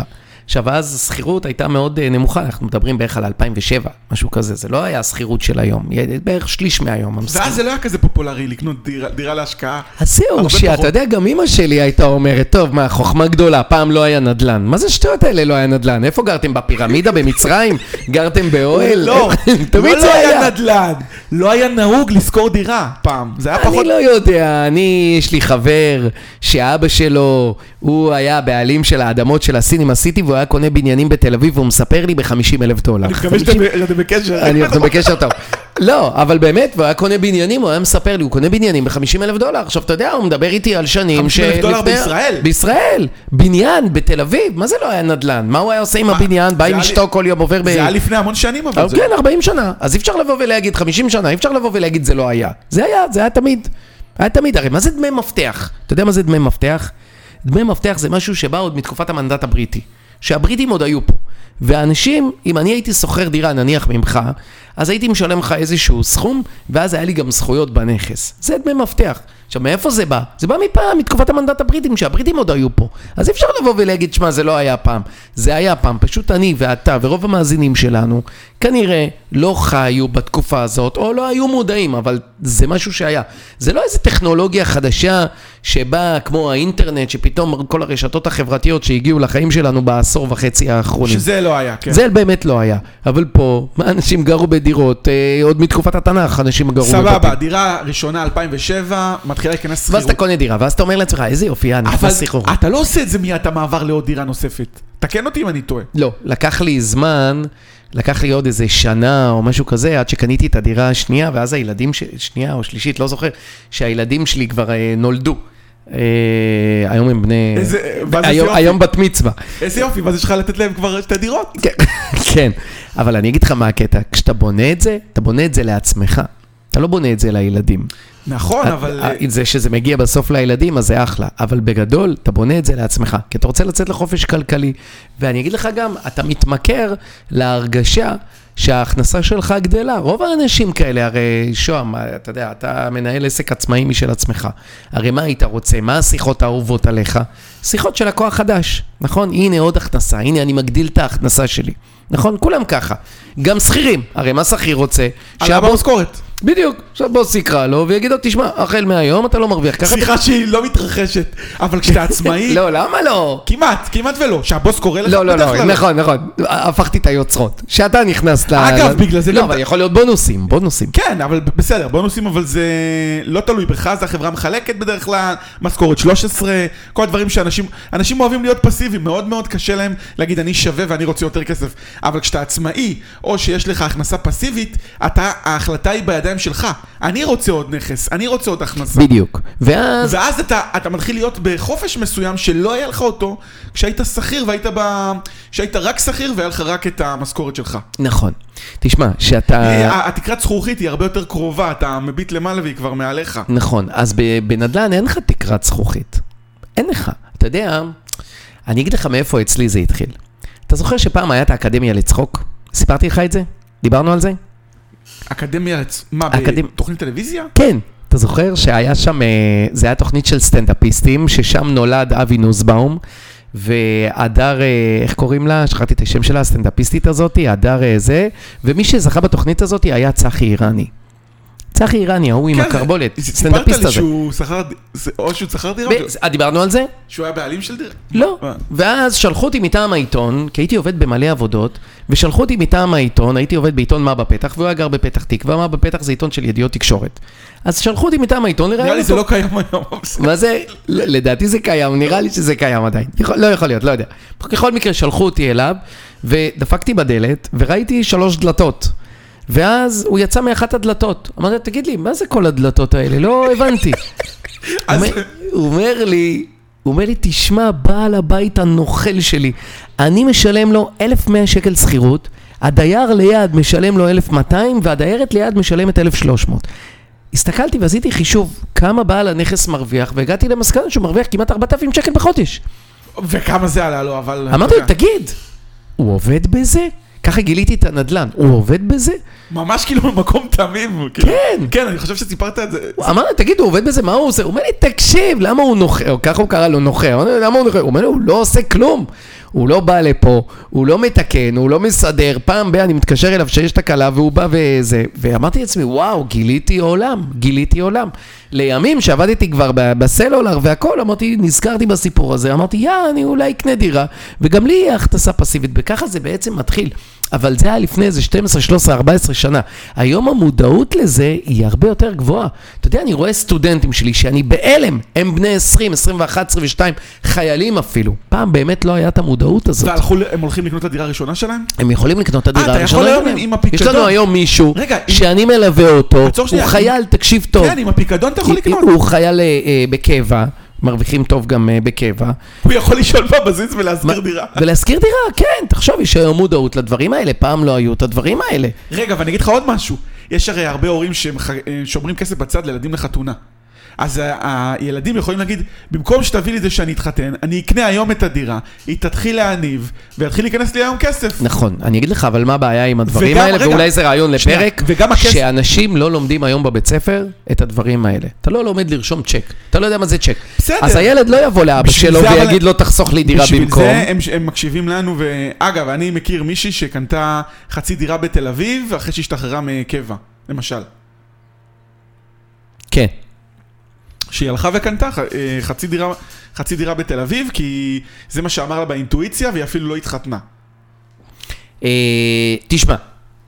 עכשיו, אז השכירות הייתה מאוד נמוכה, אנחנו מדברים בערך על 2007, משהו כזה, זה לא היה השכירות של היום, בערך שליש מהיום. ואז זה לא היה כזה פופולרי לקנות דירה להשקעה. אז זהו, שאתה יודע, גם אמא שלי הייתה אומרת, טוב, מה, חוכמה גדולה, פעם לא היה נדל"ן. מה זה שטויות האלה לא היה נדל"ן? איפה גרתם? בפירמידה במצרים? גרתם באוהל? לא, לא היה נדל"ן. לא היה נהוג לשכור דירה פעם. זה היה פחות... אני לא יודע, יש לי חבר שאבא שלו, הוא היה בעלים של האדמות של הסינמה סיטי, והוא היה קונה בניינים בתל אביב, והוא מספר לי $50,000. אני מקווה שאתם בקשר. אנחנו בקשר טוב. לא, אבל באמת, והוא היה קונה בניינים, הוא היה מספר לי, הוא קונה בניינים $50,000. עכשיו, אתה יודע, הוא מדבר איתי על שנים $50,000 בישראל? בישראל, בניין, בתל אביב, מה זה לא היה נדל"ן? מה הוא היה עושה עם הבניין? בא עם אשתו כל יום עובר זה היה לפני המון שנים, אבל זה... כן, 40 שנה. אז אי אפשר לבוא ולהגיד 50 שנה, אי אפשר לבוא ולהגיד זה לא היה. זה היה תמיד. היה תמיד. הרי מה זה דמי מפתח? אתה יודע מה זה דמי מפתח? דמי מפתח זה משהו שבא עוד מתקופת המנדט הבריטי. שהבריטים עוד היו פה. והאנשים, אם אני הייתי סוחר דירה, נניח ממך, אז הייתי משלם לך איזשהו סכום, ואז היה לי גם זכויות בנכס. זה דמי מפתח. עכשיו, מאיפה זה בא? זה בא מפעם, מתקופת המנדט הבריטים, שהבריטים עוד היו פה. אז אפשר לבוא ולהגיד, שמה, זה לא היה פעם. זה היה פעם. פשוט אני ואתה ורוב המאזינים שלנו, כנראה לא חיו בתקופה הזאת, או לא היו מודעים, אבל זה משהו שהיה. זה לא איזו טכנולוגיה חדשה, שבאה כמו האינטרנט, שפתאום כל הרשתות החברתיות שהגיעו לחיים שלנו בעשור וחצי האחרונים. שזה לא היה, כן. זה באמת לא היה. אבל פה, אנשים גרו בדירות, עוד מתקופת התנ"ך, אנשים גרו בבתים. סבבה, דירה ראשונה 2007, מתחילה להיכנס שכירות. ואז אתה קונה דירה, ואז אתה אומר לעצמך, איזה יופי, אני נכנס שכירות. אבל אתה לא עושה את זה מיד המעבר לעוד דירה נוספת. תקן אותי אם אני טועה. לא, לקח לי עוד איזה שנה או משהו כזה, עד שקניתי את הדירה השנייה, ואז הילדים, שנייה או שלישית, לא זוכר, שהילדים שלי כבר נולדו. היום הם בני... היום בת מצווה. איזה יופי, ואז יש לך לתת להם כבר שתי דירות. כן, אבל אני אגיד לך מה הקטע, כשאתה בונה את זה, אתה בונה את זה לעצמך. אתה לא בונה את זה לילדים. נכון, אבל... זה שזה מגיע בסוף לילדים, אז זה אחלה. אבל בגדול, אתה בונה את זה לעצמך. כי אתה רוצה לצאת לחופש כלכלי. ואני אגיד לך גם, אתה מתמכר להרגשה שההכנסה שלך גדלה. רוב האנשים כאלה, הרי שוהם, אתה יודע, אתה מנהל עסק עצמאי משל עצמך. הרי מה היית רוצה? מה השיחות האהובות עליך? שיחות של לקוח חדש, נכון? הנה עוד הכנסה, הנה אני מגדיל את ההכנסה שלי. נכון? כולם ככה. גם שכירים. הרי מה שכיר רוצה? עלה במשכורת. בדיוק. עכשיו בוס יקרא לו ויגיד לו, תשמע, החל מהיום אתה לא מרוויח. שיחה שהיא לא מתרחשת, אבל כשאתה עצמאי... לא, למה לא? כמעט ולא. שהבוס קורא לך... לא, נכון. הפכתי את היוצרות. שאתה נכנס אגב, בגלל זה... לא, אבל יכול להיות בונוסים. כן, אבל בסדר, בונוסים, אבל זה לא תלוי בך, זה החברה מחלקת בדרך כלל, משכורת 13, כל הדברים אנשים אוהבים להיות פסיביים, מאוד מאוד קשה להם להגיד, אני שווה ואני רוצה יותר כסף. אבל כשאתה עצמאי, או שיש לך הכנסה פסיבית, ההחלטה היא בידיים שלך. אני רוצה עוד נכס, אני רוצה עוד הכנסה. בדיוק. ואז אתה מתחיל להיות בחופש מסוים שלא היה לך אותו, כשהיית שכיר שהיית רק שכיר והיה לך רק את המשכורת שלך. נכון. תשמע, התקרת זכוכית היא הרבה יותר קרובה, אתה מביט למעלה והיא כבר מעליך. נכון. אז בנדל"ן אין לך תקרת זכוכית. אין לך. אתה יודע, אני אגיד לך מאיפה אצלי זה התחיל. אתה זוכר שפעם היה את האקדמיה לצחוק? סיפרתי לך את זה? דיברנו על זה? אקדמיה, מה, בתוכנית טלוויזיה? כן, אתה זוכר שהיה שם, זה היה תוכנית של סטנדאפיסטים, ששם נולד אבי נוסבאום, והדר, איך קוראים לה? שכחתי את השם שלה, הסטנדאפיסטית הזאת, הדר זה, ומי שזכה בתוכנית הזאת היה צחי אירני. צחי אירני, הוא עם הקרבולת, סטנדאפיסט הזה. או שהוא שכר דירה? דיברנו על זה? שהוא היה בעלים של דירה? לא. ואז שלחו אותי מטעם העיתון, כי הייתי עובד במלא עבודות, ושלחו אותי מטעם העיתון, הייתי עובד בעיתון מה בפתח, והוא היה גר בפתח תקווה, מה בפתח זה עיתון של ידיעות תקשורת. אז שלחו אותי מטעם העיתון לראיין אותו. נראה לי זה לא קיים היום. מה זה? לדעתי זה קיים, נראה לי שזה קיים עדיין. לא יכול להיות, לא יודע. בכל מקרה שלחו אותי אליו, ודפקתי בדלת, וראיתי 3 דלתות. ואז הוא יצא מאחת הדלתות. אמרתי, תגיד לי, מה זה כל הדלתות האלה? לא הבנתי. הוא אומר לי, תשמע, בעל הבית הנוכל שלי, אני משלם לו 1,100 שקל שכירות, הדייר ליד משלם לו 1,200, והדיירת ליד משלמת 1,300. הסתכלתי ועשיתי חישוב כמה בעל הנכס מרוויח, והגעתי למסקנה שהוא מרוויח כמעט 4,000 שקל בחודש. וכמה זה עלה לו, אבל... אמרתי, תגיד, הוא עובד בזה? ככה גיליתי את הנדל"ן, הוא עובד בזה? ממש כאילו במקום תמים. כן. כן, אני חושב שסיפרת את זה. הוא אמר לי, תגיד, הוא עובד בזה, מה הוא עושה? הוא אומר לי, תקשיב, למה הוא נוחה? או ככה הוא קרא לו נוחה. למה הוא נוחה? הוא אומר לי, הוא לא עושה כלום. הוא הוא לא בא לפה, הוא לא מתקן, הוא לא מסדר, פעם בה אני מתקשר אליו שיש תקלה והוא בא וזה, ואמרתי לעצמי, וואו, גיליתי עולם. לימים שעבדתי כבר בסלולר והכל, אמרתי, נזכרתי בסיפור הזה, אמרתי, אני אולי אקנה דירה, וגם לי יהיה הכנסה פסיבית, וככה זה בעצם מתחיל. אבל זה היה לפני איזה 12, 13, 14 שנה. היום המודעות לזה היא הרבה יותר גבוהה. אתה יודע, אני רואה סטודנטים שלי שאני באלם, הם בני 20, 21, 22, חיילים אפילו. פעם באמת לא היה את המודעות הזאת. הם הולכים לקנות את הדירה הראשונה שלהם? הם יכולים לקנות את הדירה הראשונה שלהם. אתה יכול היום עם הפיקדון. יש לנו היום מישהו שאני מלווה אותו, הוא חייל, תקשיב טוב. כן, עם הפיקדון אתה יכול לקנות. הוא חייל בקבע. מרוויחים טוב גם בקבע. הוא יכול לישון בבסיס ולהזכיר דירה. ולהזכיר דירה, כן. תחשוב, יש היום מודעות לדברים האלה. פעם לא היו את הדברים האלה. רגע, ואני אגיד לך עוד משהו. יש הרי הרבה הורים ששומרים כסף בצד לילדים לחתונה. אז הילדים יכולים להגיד, במקום שתביא לי זה שאני אתחתן, אני אקנה היום את הדירה, היא תתחיל להניב, ויתחיל להיכנס לי היום כסף. נכון, אני אגיד לך, אבל מה הבעיה עם הדברים האלה, ואולי זה רעיון לפרק, שאנשים לא לומדים היום בבית ספר את הדברים האלה. אתה לא לומד לרשום צ'ק, אתה לא יודע מה זה צ'ק. בסדר. אז הילד לא יבוא לאבא שלו ויגיד לו, תחסוך לי דירה במקום. בשביל זה הם מקשיבים לנו, ואגב, אני מכיר מישהי שקנתה חצי דירה בתל אביב, אחרי שהשתחררה מקבע, למשל. כן. שהיא הלכה וקנתה חצי דירה בתל אביב, כי זה מה שאמר לה באינטואיציה, והיא אפילו לא התחתנה. תשמע,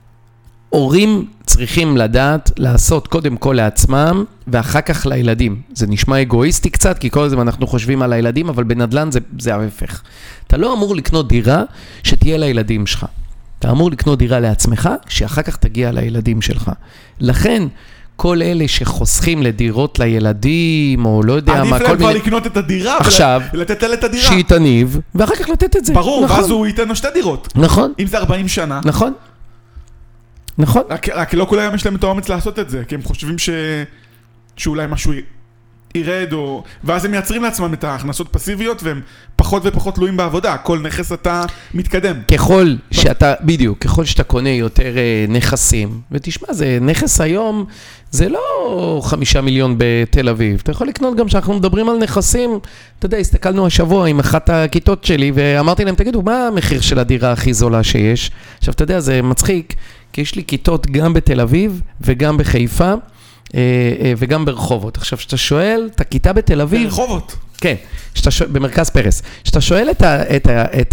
הורים צריכים לדעת לעשות קודם כל לעצמם, ואחר כך לילדים. זה נשמע אגואיסטי קצת, כי כל הזמן אנחנו חושבים על הילדים, אבל בנדל"ן זה ההפך. אתה לא אמור לקנות דירה שתהיה לילדים שלך. אתה אמור לקנות דירה לעצמך, שאחר כך תגיע לילדים שלך. לכן, כל אלה שחוסכים לדירות לילדים, או לא יודע מה, עדיף להם כבר לקנות את הדירה, ולתת לה את הדירה. שהיא תניב, ואחר כך לתת את זה. ברור, ואז הוא ייתן לו 2 דירות. נכון. אם זה 40 שנה. נכון. נכון. רק לא כולם יש להם את האומץ לעשות את זה, כי הם חושבים שאולי משהו ירד, ואז הם מייצרים לעצמם את ההכנסות פסיביות, והם פחות ופחות תלויים בעבודה. כל נכס אתה מתקדם. בדיוק, ככל שאתה קונה יותר נכסים, ותשמע, זה נכס היום, זה לא 5 מיליון בתל אביב. אתה יכול לקנות גם שאנחנו מדברים על נכסים, אתה יודע, הסתכלנו השבוע עם אחת הכיתות שלי, ואמרתי להם, תגידו, מה המחיר של הדירה הכי זולה שיש? עכשיו, אתה יודע, זה מצחיק, כי יש לי כיתות גם בתל אביב, וגם בחיפה, וגם ברחובות. עכשיו, שאתה שואל, את הכיתה בתל אביב... ברחובות? כן, במרכז פרס. שאתה שואל את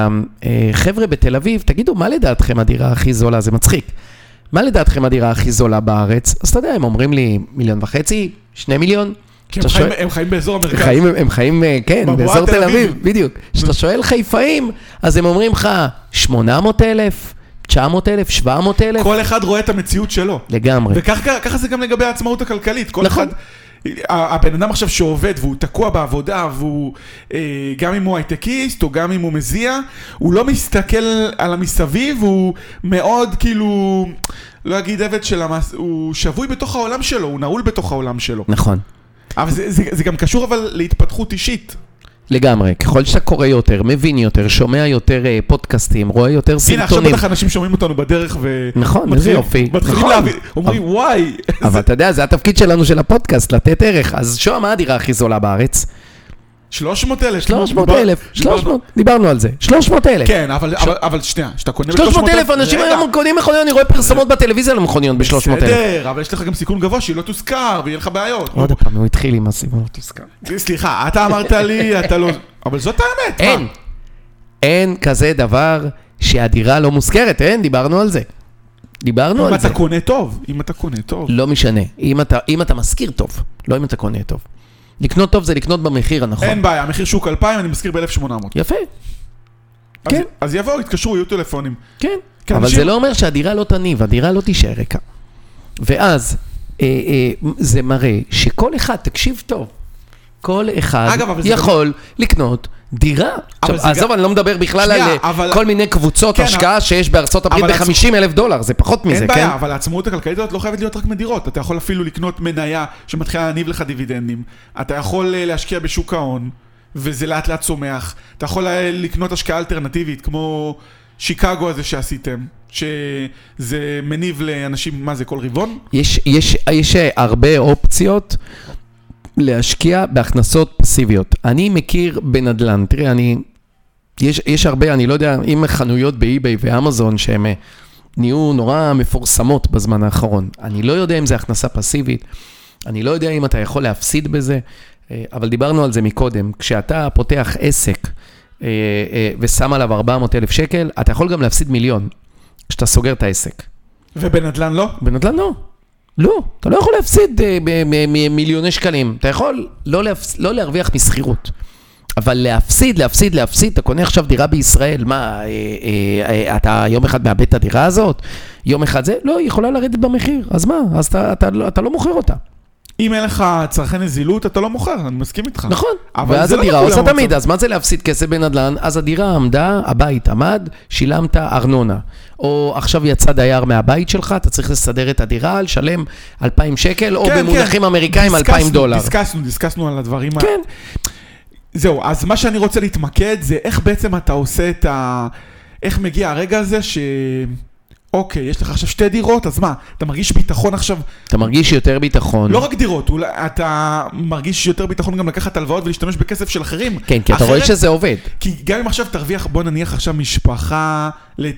החבר'ה בתל אביב, תגידו, מה לדעתכם הדירה הכי זולה? זה מצחיק. מה לדעתכם הדירה הכי זולה בארץ? אז אתה יודע, הם אומרים לי 1.5 מיליון, 2 מיליון. הם חיים באזור המרכז. הם חיים, כן, באזור תל אביב, בדיוק. כשאתה שואל חיפאים, אז הם אומרים לך 800,000, 900,000, 700,000. כל אחד רואה את המציאות שלו. לגמרי. וככה זה גם לגבי העצמאות הכלכלית. כל אחד, הבן אדם עכשיו שעובד והוא תקוע בעבודה, והוא, גם אם הוא הייטקיסט או גם אם הוא מזיע, הוא לא מסתכל על המסביב, הוא מאוד כאילו, לא אגיד עבד של הוא שבוי בתוך העולם שלו, הוא נעול בתוך העולם שלו. נכון. אבל זה גם קשור אבל להתפתחות אישית. לגמרי, ככל שאתה קורא יותר, מבין יותר, שומע יותר פודקאסטים, רואה יותר סרטונים. הנה, עכשיו בטח אנשים שומעים אותנו בדרך נכון, איזה יופי. מתחילים להבין, אומרים וואי. אבל אתה יודע, זה התפקיד שלנו של הפודקאסט, לתת ערך. אז שואל, מה הדירה הכי זולה בארץ? 300,000. 300,000, דיברנו על זה. 300,000. כן, אבל שנייה, שאתה קונה ב-300,000. 300,000 אנשים היום קונים מכוניות, אני רואה פרסומות בטלוויזיה למכוניות ב-300,000. בסדר, אבל יש לך גם סיכון גבוה שהיא לא תוזכר ויהיה לך בעיות. עוד פעם, הוא התחיל עם הסיכון לא תוזכר. סליחה, אתה אמרת לי, אתה לא... אבל זאת האמת. אין כזה דבר שהדירה לא מוזכרת, דיברנו על זה. דיברנו על זה. אם אתה קונה טוב. לא משנה, אם אתה מזכיר טוב, לא אם אתה קונה טוב. לקנות טוב זה לקנות במחיר הנכון. אין בעיה, המחיר שוק 2,000, אני מזכיר ב-1,800. יפה. כן. אז יבואו, יתקשרו, יהיו טלפונים. כן. אבל זה לא אומר שהדירה לא תניב, הדירה לא תישאר ריקה. ואז זה מראה שכל אחד, תקשיב טוב, כל אחד יכול לקנות דירה. עזוב, אני לא מדבר בכלל על כל מיני קבוצות השקעה שיש בארצות הברית $50,000, זה פחות מזה, כן? אין בעיה, אבל העצמאות הכלכלית הזאת לא חייבת להיות רק מדירות. אתה יכול אפילו לקנות מניה שמתחילה להניב לך דיבידנדים. אתה יכול להשקיע בשוק ההון, וזה לאט לאט צומח. אתה יכול לקנות השקעה אלטרנטיבית, כמו שיקגו הזה שעשיתם, שזה מניב לאנשים, מה זה, כל רבעון? יש הרבה אופציות להשקיע בהכנסות פסיביות. אני מכיר בנדל"ן, תראה, אני יש הרבה, אני לא יודע, אם חנויות באי-ביי ואמזון שהן נהיו נורא מפורסמות בזמן האחרון. אני לא יודע אם זה הכנסה פסיבית, אני לא יודע אם אתה יכול להפסיד בזה, אבל דיברנו על זה מקודם. כשאתה פותח עסק ושם עליו 400,000 שקל, אתה יכול גם להפסיד מיליון כשאתה סוגר את העסק. ובנדלן לא? בנדלן לא. לא, אתה לא יכול להפסיד מיליוני שקלים. אתה יכול לא להרוויח מסחירות. אבל להפסיד, אתה קונה עכשיו דירה בישראל, מה, אתה יום אחד מאבד את הדירה הזאת? יום אחד זה? לא, היא יכולה לרדת במחיר. אז מה? אז אתה לא מוכר אותה. אם אין לך צרכי נזילות, אתה לא מוכר, אני מסכים איתך. נכון, ואז הדירה עושה תמיד, אז מה זה להפסיד כסף בנדלן? אז הדירה עמדה, הבית עמד, שילמת ארנונה. או עכשיו יצא דייר מהבית שלך, אתה צריך לסדר את הדירה, לשלם 2,000 שקל, או במונחים אמריקאים $2,000. דיסקסנו על הדברים. כן. זהו, אז מה שאני רוצה להתמקד זה איך בעצם אתה עושה את איך מגיע הרגע הזה אוקיי, יש לך עכשיו 2 דירות, אז מה? אתה מרגיש ביטחון עכשיו? אתה מרגיש יותר ביטחון. לא רק דירות, אתה מרגיש יותר ביטחון גם לקחת הלוואות ולהשתמש בכסף של אחרים. כן, כי אתה רואה שזה עובד. כי גם אם עכשיו תרוויח, בוא נניח עכשיו משפחה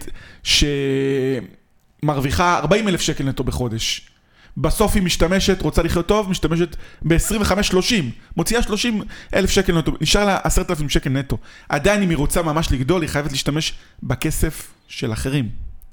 שמרוויחה 40,000 שקל נטו בחודש. בסוף היא משתמשת, רוצה לחיות טוב, משתמשת ב-25-30, מוציאה 30,000 שקל נטו, נשאר לה 10,000 שקל נטו. עדיין אם היא רוצה ממש לגדול, היא חייבת להשתמש בכסף של אחרים.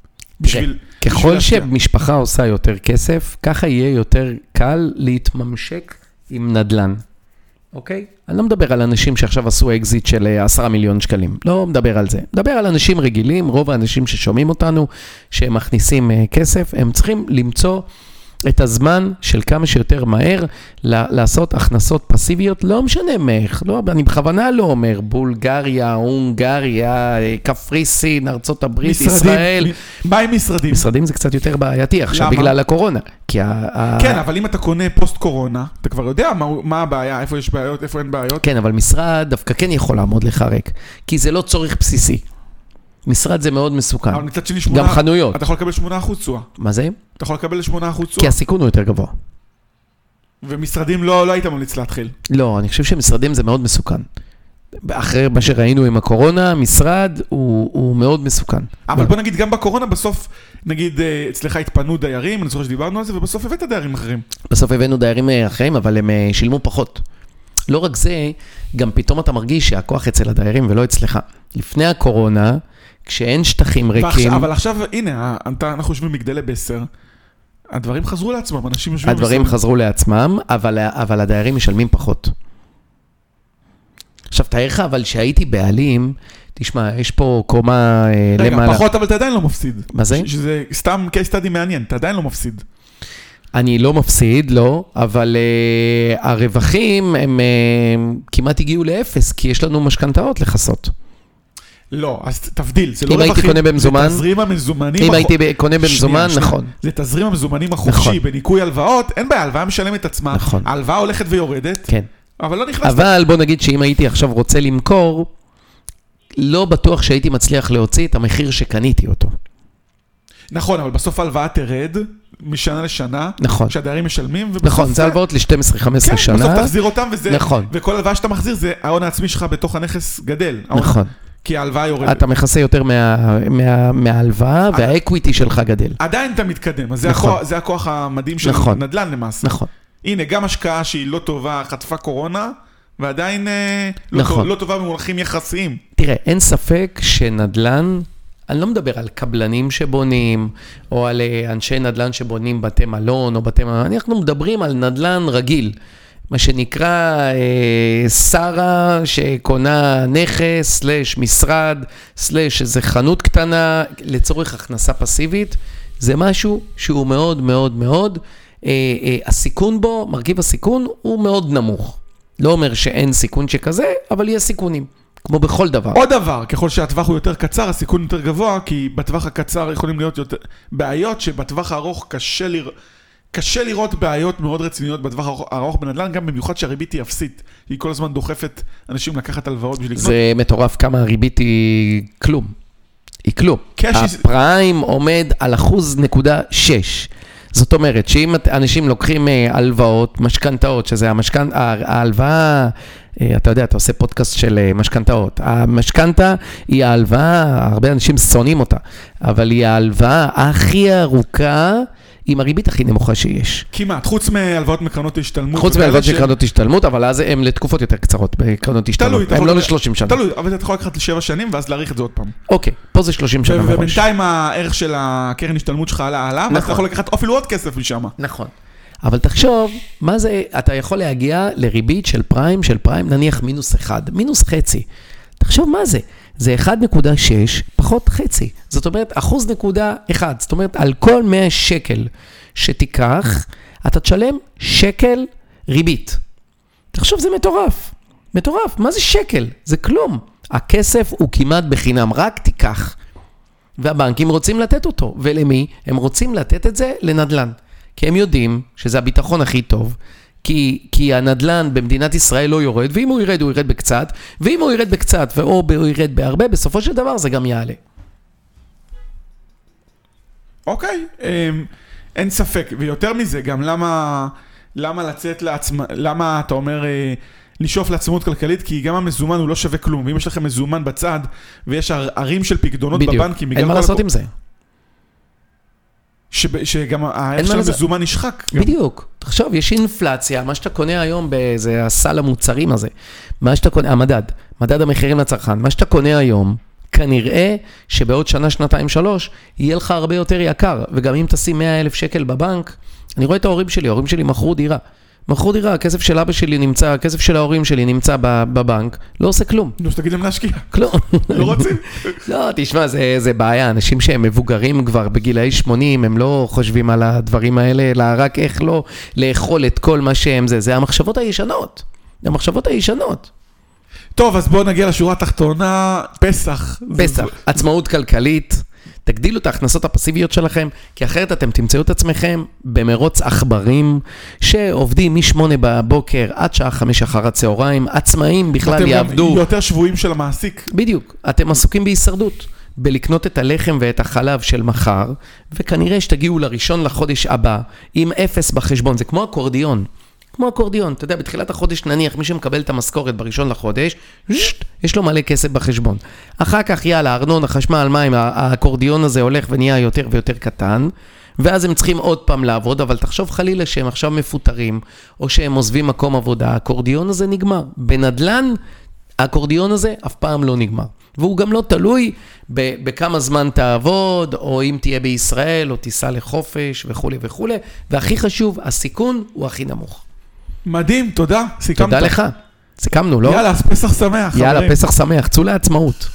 ככל שמשפחה עושה יותר כסף, ככה יהיה יותר קל להתממשק עם נדלן. אוקיי? אני לא מדבר על אנשים שעכשיו עשו אקזיט של 10 מיליון שקלים. לא מדבר על זה. מדבר על אנשים רגילים, רוב האנשים ששומעים אותנו, שהם מכניסים כסף, הם צריכים למצוא את הזמן של כמה שיותר מהר לעשות הכנסות פסיביות, לא משנה מאיך, לא, אני בכוונה לא אומר בולגריה, הונגריה, קפריסין, ארצות הברית, ישראל. מה עם משרדים? משרדים זה קצת יותר בעייתי עכשיו, בגלל הקורונה. כן, אבל אם אתה קונה פוסט קורונה, אתה כבר יודע מה הבעיה, איפה יש בעיות, איפה אין בעיות. כן, אבל משרד דווקא כן יכול לעמוד לך ריק, כי זה לא צורך בסיסי. משרד זה מאוד מסוכן. אבל מצד שני גם חנויות. אתה יכול לקבל 8% תשואה. מה זה? אתה יכול לקבל 8% תשואה. כי הסיכון הוא יותר גבוה. ומשרדים לא היית ממליץ להתחיל. לא, אני חושב שמשרדים זה מאוד מסוכן. אחרי מה שראינו עם הקורונה, משרד הוא מאוד מסוכן. אבל בוא נגיד, גם בקורונה בסוף, נגיד, אצלך התפנו דיירים, אני זוכר שדיברנו על זה, ובסוף הבאת דיירים אחרים. בסוף הבאנו דיירים אחרים, אבל הם שילמו פחות. לא רק זה, גם פתאום אתה מרגיש שהכוח אצל הדיירים ולא אצלך. לפני הקורונה, כשאין שטחים ריקים... אבל עכשיו, הנה, אנחנו יושבים מגדלי בסר, הדברים חזרו לעצמם, אנשים יושבים... הדברים חזרו לעצמם, אבל הדיירים משלמים פחות. עכשיו, תאר לך, אבל שהייתי בעלים, תשמע, יש פה קומה למעלה... רגע, פחות, אבל אתה עדיין לא מפסיד. מה זה? שזה סתם קייס סטאדי מעניין, אתה עדיין לא מפסיד. אני לא מפסיד, לא, אבל הרווחים הם כמעט הגיעו לאפס, כי יש לנו משכנתאות לחסות. לא, אז תבדיל, זה לא רווחים, אם הייתי קונה במזומן, זה תזרים המזומנים... אם הייתי קונה במזומן, נכון. זה תזרים המזומנים החופשי, בניקוי הלוואות, אין בעיה, הלוואה משלמת את עצמה, ההלוואה הולכת ויורדת, כן. אבל לא נכנסת. אבל בוא נגיד שאם הייתי עכשיו רוצה למכור, לא בטוח שהייתי מצליח להוציא את המחיר שקניתי אותו. נכון, אבל בסוף ההלוואה תרד משנה לשנה, נכון. שהדיירים משלמים, נכון, זה הלוואות ל-12-15 שנה. בסוף תחזיר אותם, נכון. וכל הלוואה שאתה מחזיר, זה ההון העצמי שלך בתוך הנכס גדל. נכון. כי ההלוואה יורדת. אתה מכסה יותר מההלוואה, והאקוויטי שלך גדל. עדיין אתה מתקדם, אז זה הכוח המדהים של נדל"ן למעשה. נכון. הנה, גם השקעה שהיא לא טובה, חטפה קורונה, ועדיין לא טובה במונחים יחסיים. תראה, אין ספק שנדל"ן, אני לא מדבר על קבלנים שבונים, או על אנשי נדל"ן שבונים בתי מלון, או בתי מלון, אנחנו מדברים על נדל"ן רגיל. מה שנקרא שרה שקונה נכס, משרד, איזה חנות קטנה, לצורך הכנסה פסיבית, זה משהו שהוא מאוד מאוד מאוד, הסיכון בו, מרכיב הסיכון, הוא מאוד נמוך. לא אומר שאין סיכון שכזה, אבל יש סיכונים, כמו בכל דבר. עוד דבר, ככל שהטווח הוא יותר קצר, הסיכון יותר גבוה, כי בטווח הקצר יכולים להיות יותר בעיות, שבטווח הארוך קשה לראות בעיות מאוד רציניות בטווח הארוך בנדל"ן, גם במיוחד שהריבית היא אפסית. היא כל הזמן דוחפת אנשים לקחת הלוואות בשביל לקנות. זה מטורף כמה הריבית היא כלום. היא כלום. הפריים עומד על 1.6%. זאת אומרת, שאם אנשים לוקחים הלוואות, משכנתאות, שזה ההלוואה, אתה יודע, אתה עושה פודקאסט של משכנתאות. המשכנתה היא ההלוואה, הרבה אנשים שונאים אותה, אבל היא ההלוואה הכי ארוכה, עם הריבית הכי נמוכה שיש. כמעט, חוץ מהלוואות מקרנות השתלמות. חוץ מהלוואות מקרנות השתלמות, אבל אז הן לתקופות יותר קצרות בקרנות השתלמות. הן לא ל-30 שנה. תלוי, אבל אתה יכול לקחת ל7 שנים, ואז להאריך את זה עוד פעם. אוקיי, פה זה 30 שנה מראש. ובינתיים הערך של הקרן השתלמות שלך עלה, ואז אתה יכול לקחת אפילו עוד כסף משם. נכון. אבל תחשוב, מה זה, אתה יכול להגיע לריבית של פריים, נניח -1, -0.5. תחשוב מה זה. זה 1.6 פחות חצי. זאת אומרת, 1.1. זאת אומרת, על כל 100 שקל שתיקח, אתה תשלם שקל ריבית. תחשוב, זה מטורף. מטורף. מה זה שקל? זה כלום. הכסף הוא כמעט בחינם, רק תיקח. והבנקים רוצים לתת אותו. ולמי? הם רוצים לתת את זה לנדלן. כי הם יודעים שזה הביטחון הכי טוב. כי הנדלן במדינת ישראל לא יורד, ואם הוא ירד, הוא ירד בקצת, ואם הוא ירד בקצת, או הוא ירד בהרבה, בסופו של דבר זה גם יעלה. אוקיי, אין ספק, ויותר מזה, גם למה לצאת למה אתה אומר לשאוף לעצמאות כלכלית, כי גם המזומן הוא לא שווה כלום, ואם יש לכם מזומן בצד, ויש ערים של פקדונות בבנקים, אין מה לעשות עם זה. שגם הערך של המזומן נשחק. בדיוק. תחשוב, יש אינפלציה, מה שאתה קונה היום זה הסל המוצרים הזה. מה שאתה קונה, מדד המחירים לצרכן, מה שאתה קונה היום, כנראה שבעוד שנה, שנתיים, 3, יהיה לך הרבה יותר יקר. וגם אם תשים 100,000 שקל בבנק, אני רואה את ההורים שלי מכרו דירה. הכסף של אבא שלי נמצא, הכסף של ההורים שלי נמצא בבנק, לא עושה כלום. נו, שתגיד להם להשקיע. כלום. לא רוצים. לא, תשמע, זה בעיה. אנשים שהם מבוגרים כבר בגילאי 80, הם לא חושבים על הדברים האלה, אלא רק איך לא לאכול את כל מה שהם זה. זה המחשבות הישנות. טוב, אז בואו נגיע לשורה התחתונה, פסח. עצמאות כלכלית. תגדילו את ההכנסות הפסיביות שלכם, כי אחרת אתם תמצאו את עצמכם במרוץ עכברים, שעובדים מ8 בבוקר עד שעה 5 אחר הצהריים, עצמאים בכלל יעבדו. אתם יותר שבויים של המעסיק. בדיוק, אתם עסוקים בהישרדות, בלקנות את הלחם ואת החלב של מחר, וכנראה שתגיעו לראשון לחודש הבא, עם 0 בחשבון, זה כמו אקורדיון. אתה יודע, בתחילת החודש נניח, מי שמקבל את המשכורת בראשון לחודש, יש לו מלא כסף בחשבון. אחר כך, יאללה, ארנונה, חשמל, מים, האקורדיון הזה הולך ונהיה יותר ויותר קטן, ואז הם צריכים עוד פעם לעבוד, אבל תחשוב חלילה שהם עכשיו מפוטרים, או שהם עוזבים מקום עבודה, האקורדיון הזה נגמר. בנדלן, האקורדיון הזה אף פעם לא נגמר. והוא גם לא תלוי בכמה זמן תעבוד, או אם תהיה בישראל, או תיסע לחופש, וכו' וכו'. והכי חשוב, הסיכון הוא הכי נמוך. מדהים, תודה. תודה לך. סיכמנו, לא? יאללה, פסח שמח. יאללה, פסח שמח. צאו לעצמאות.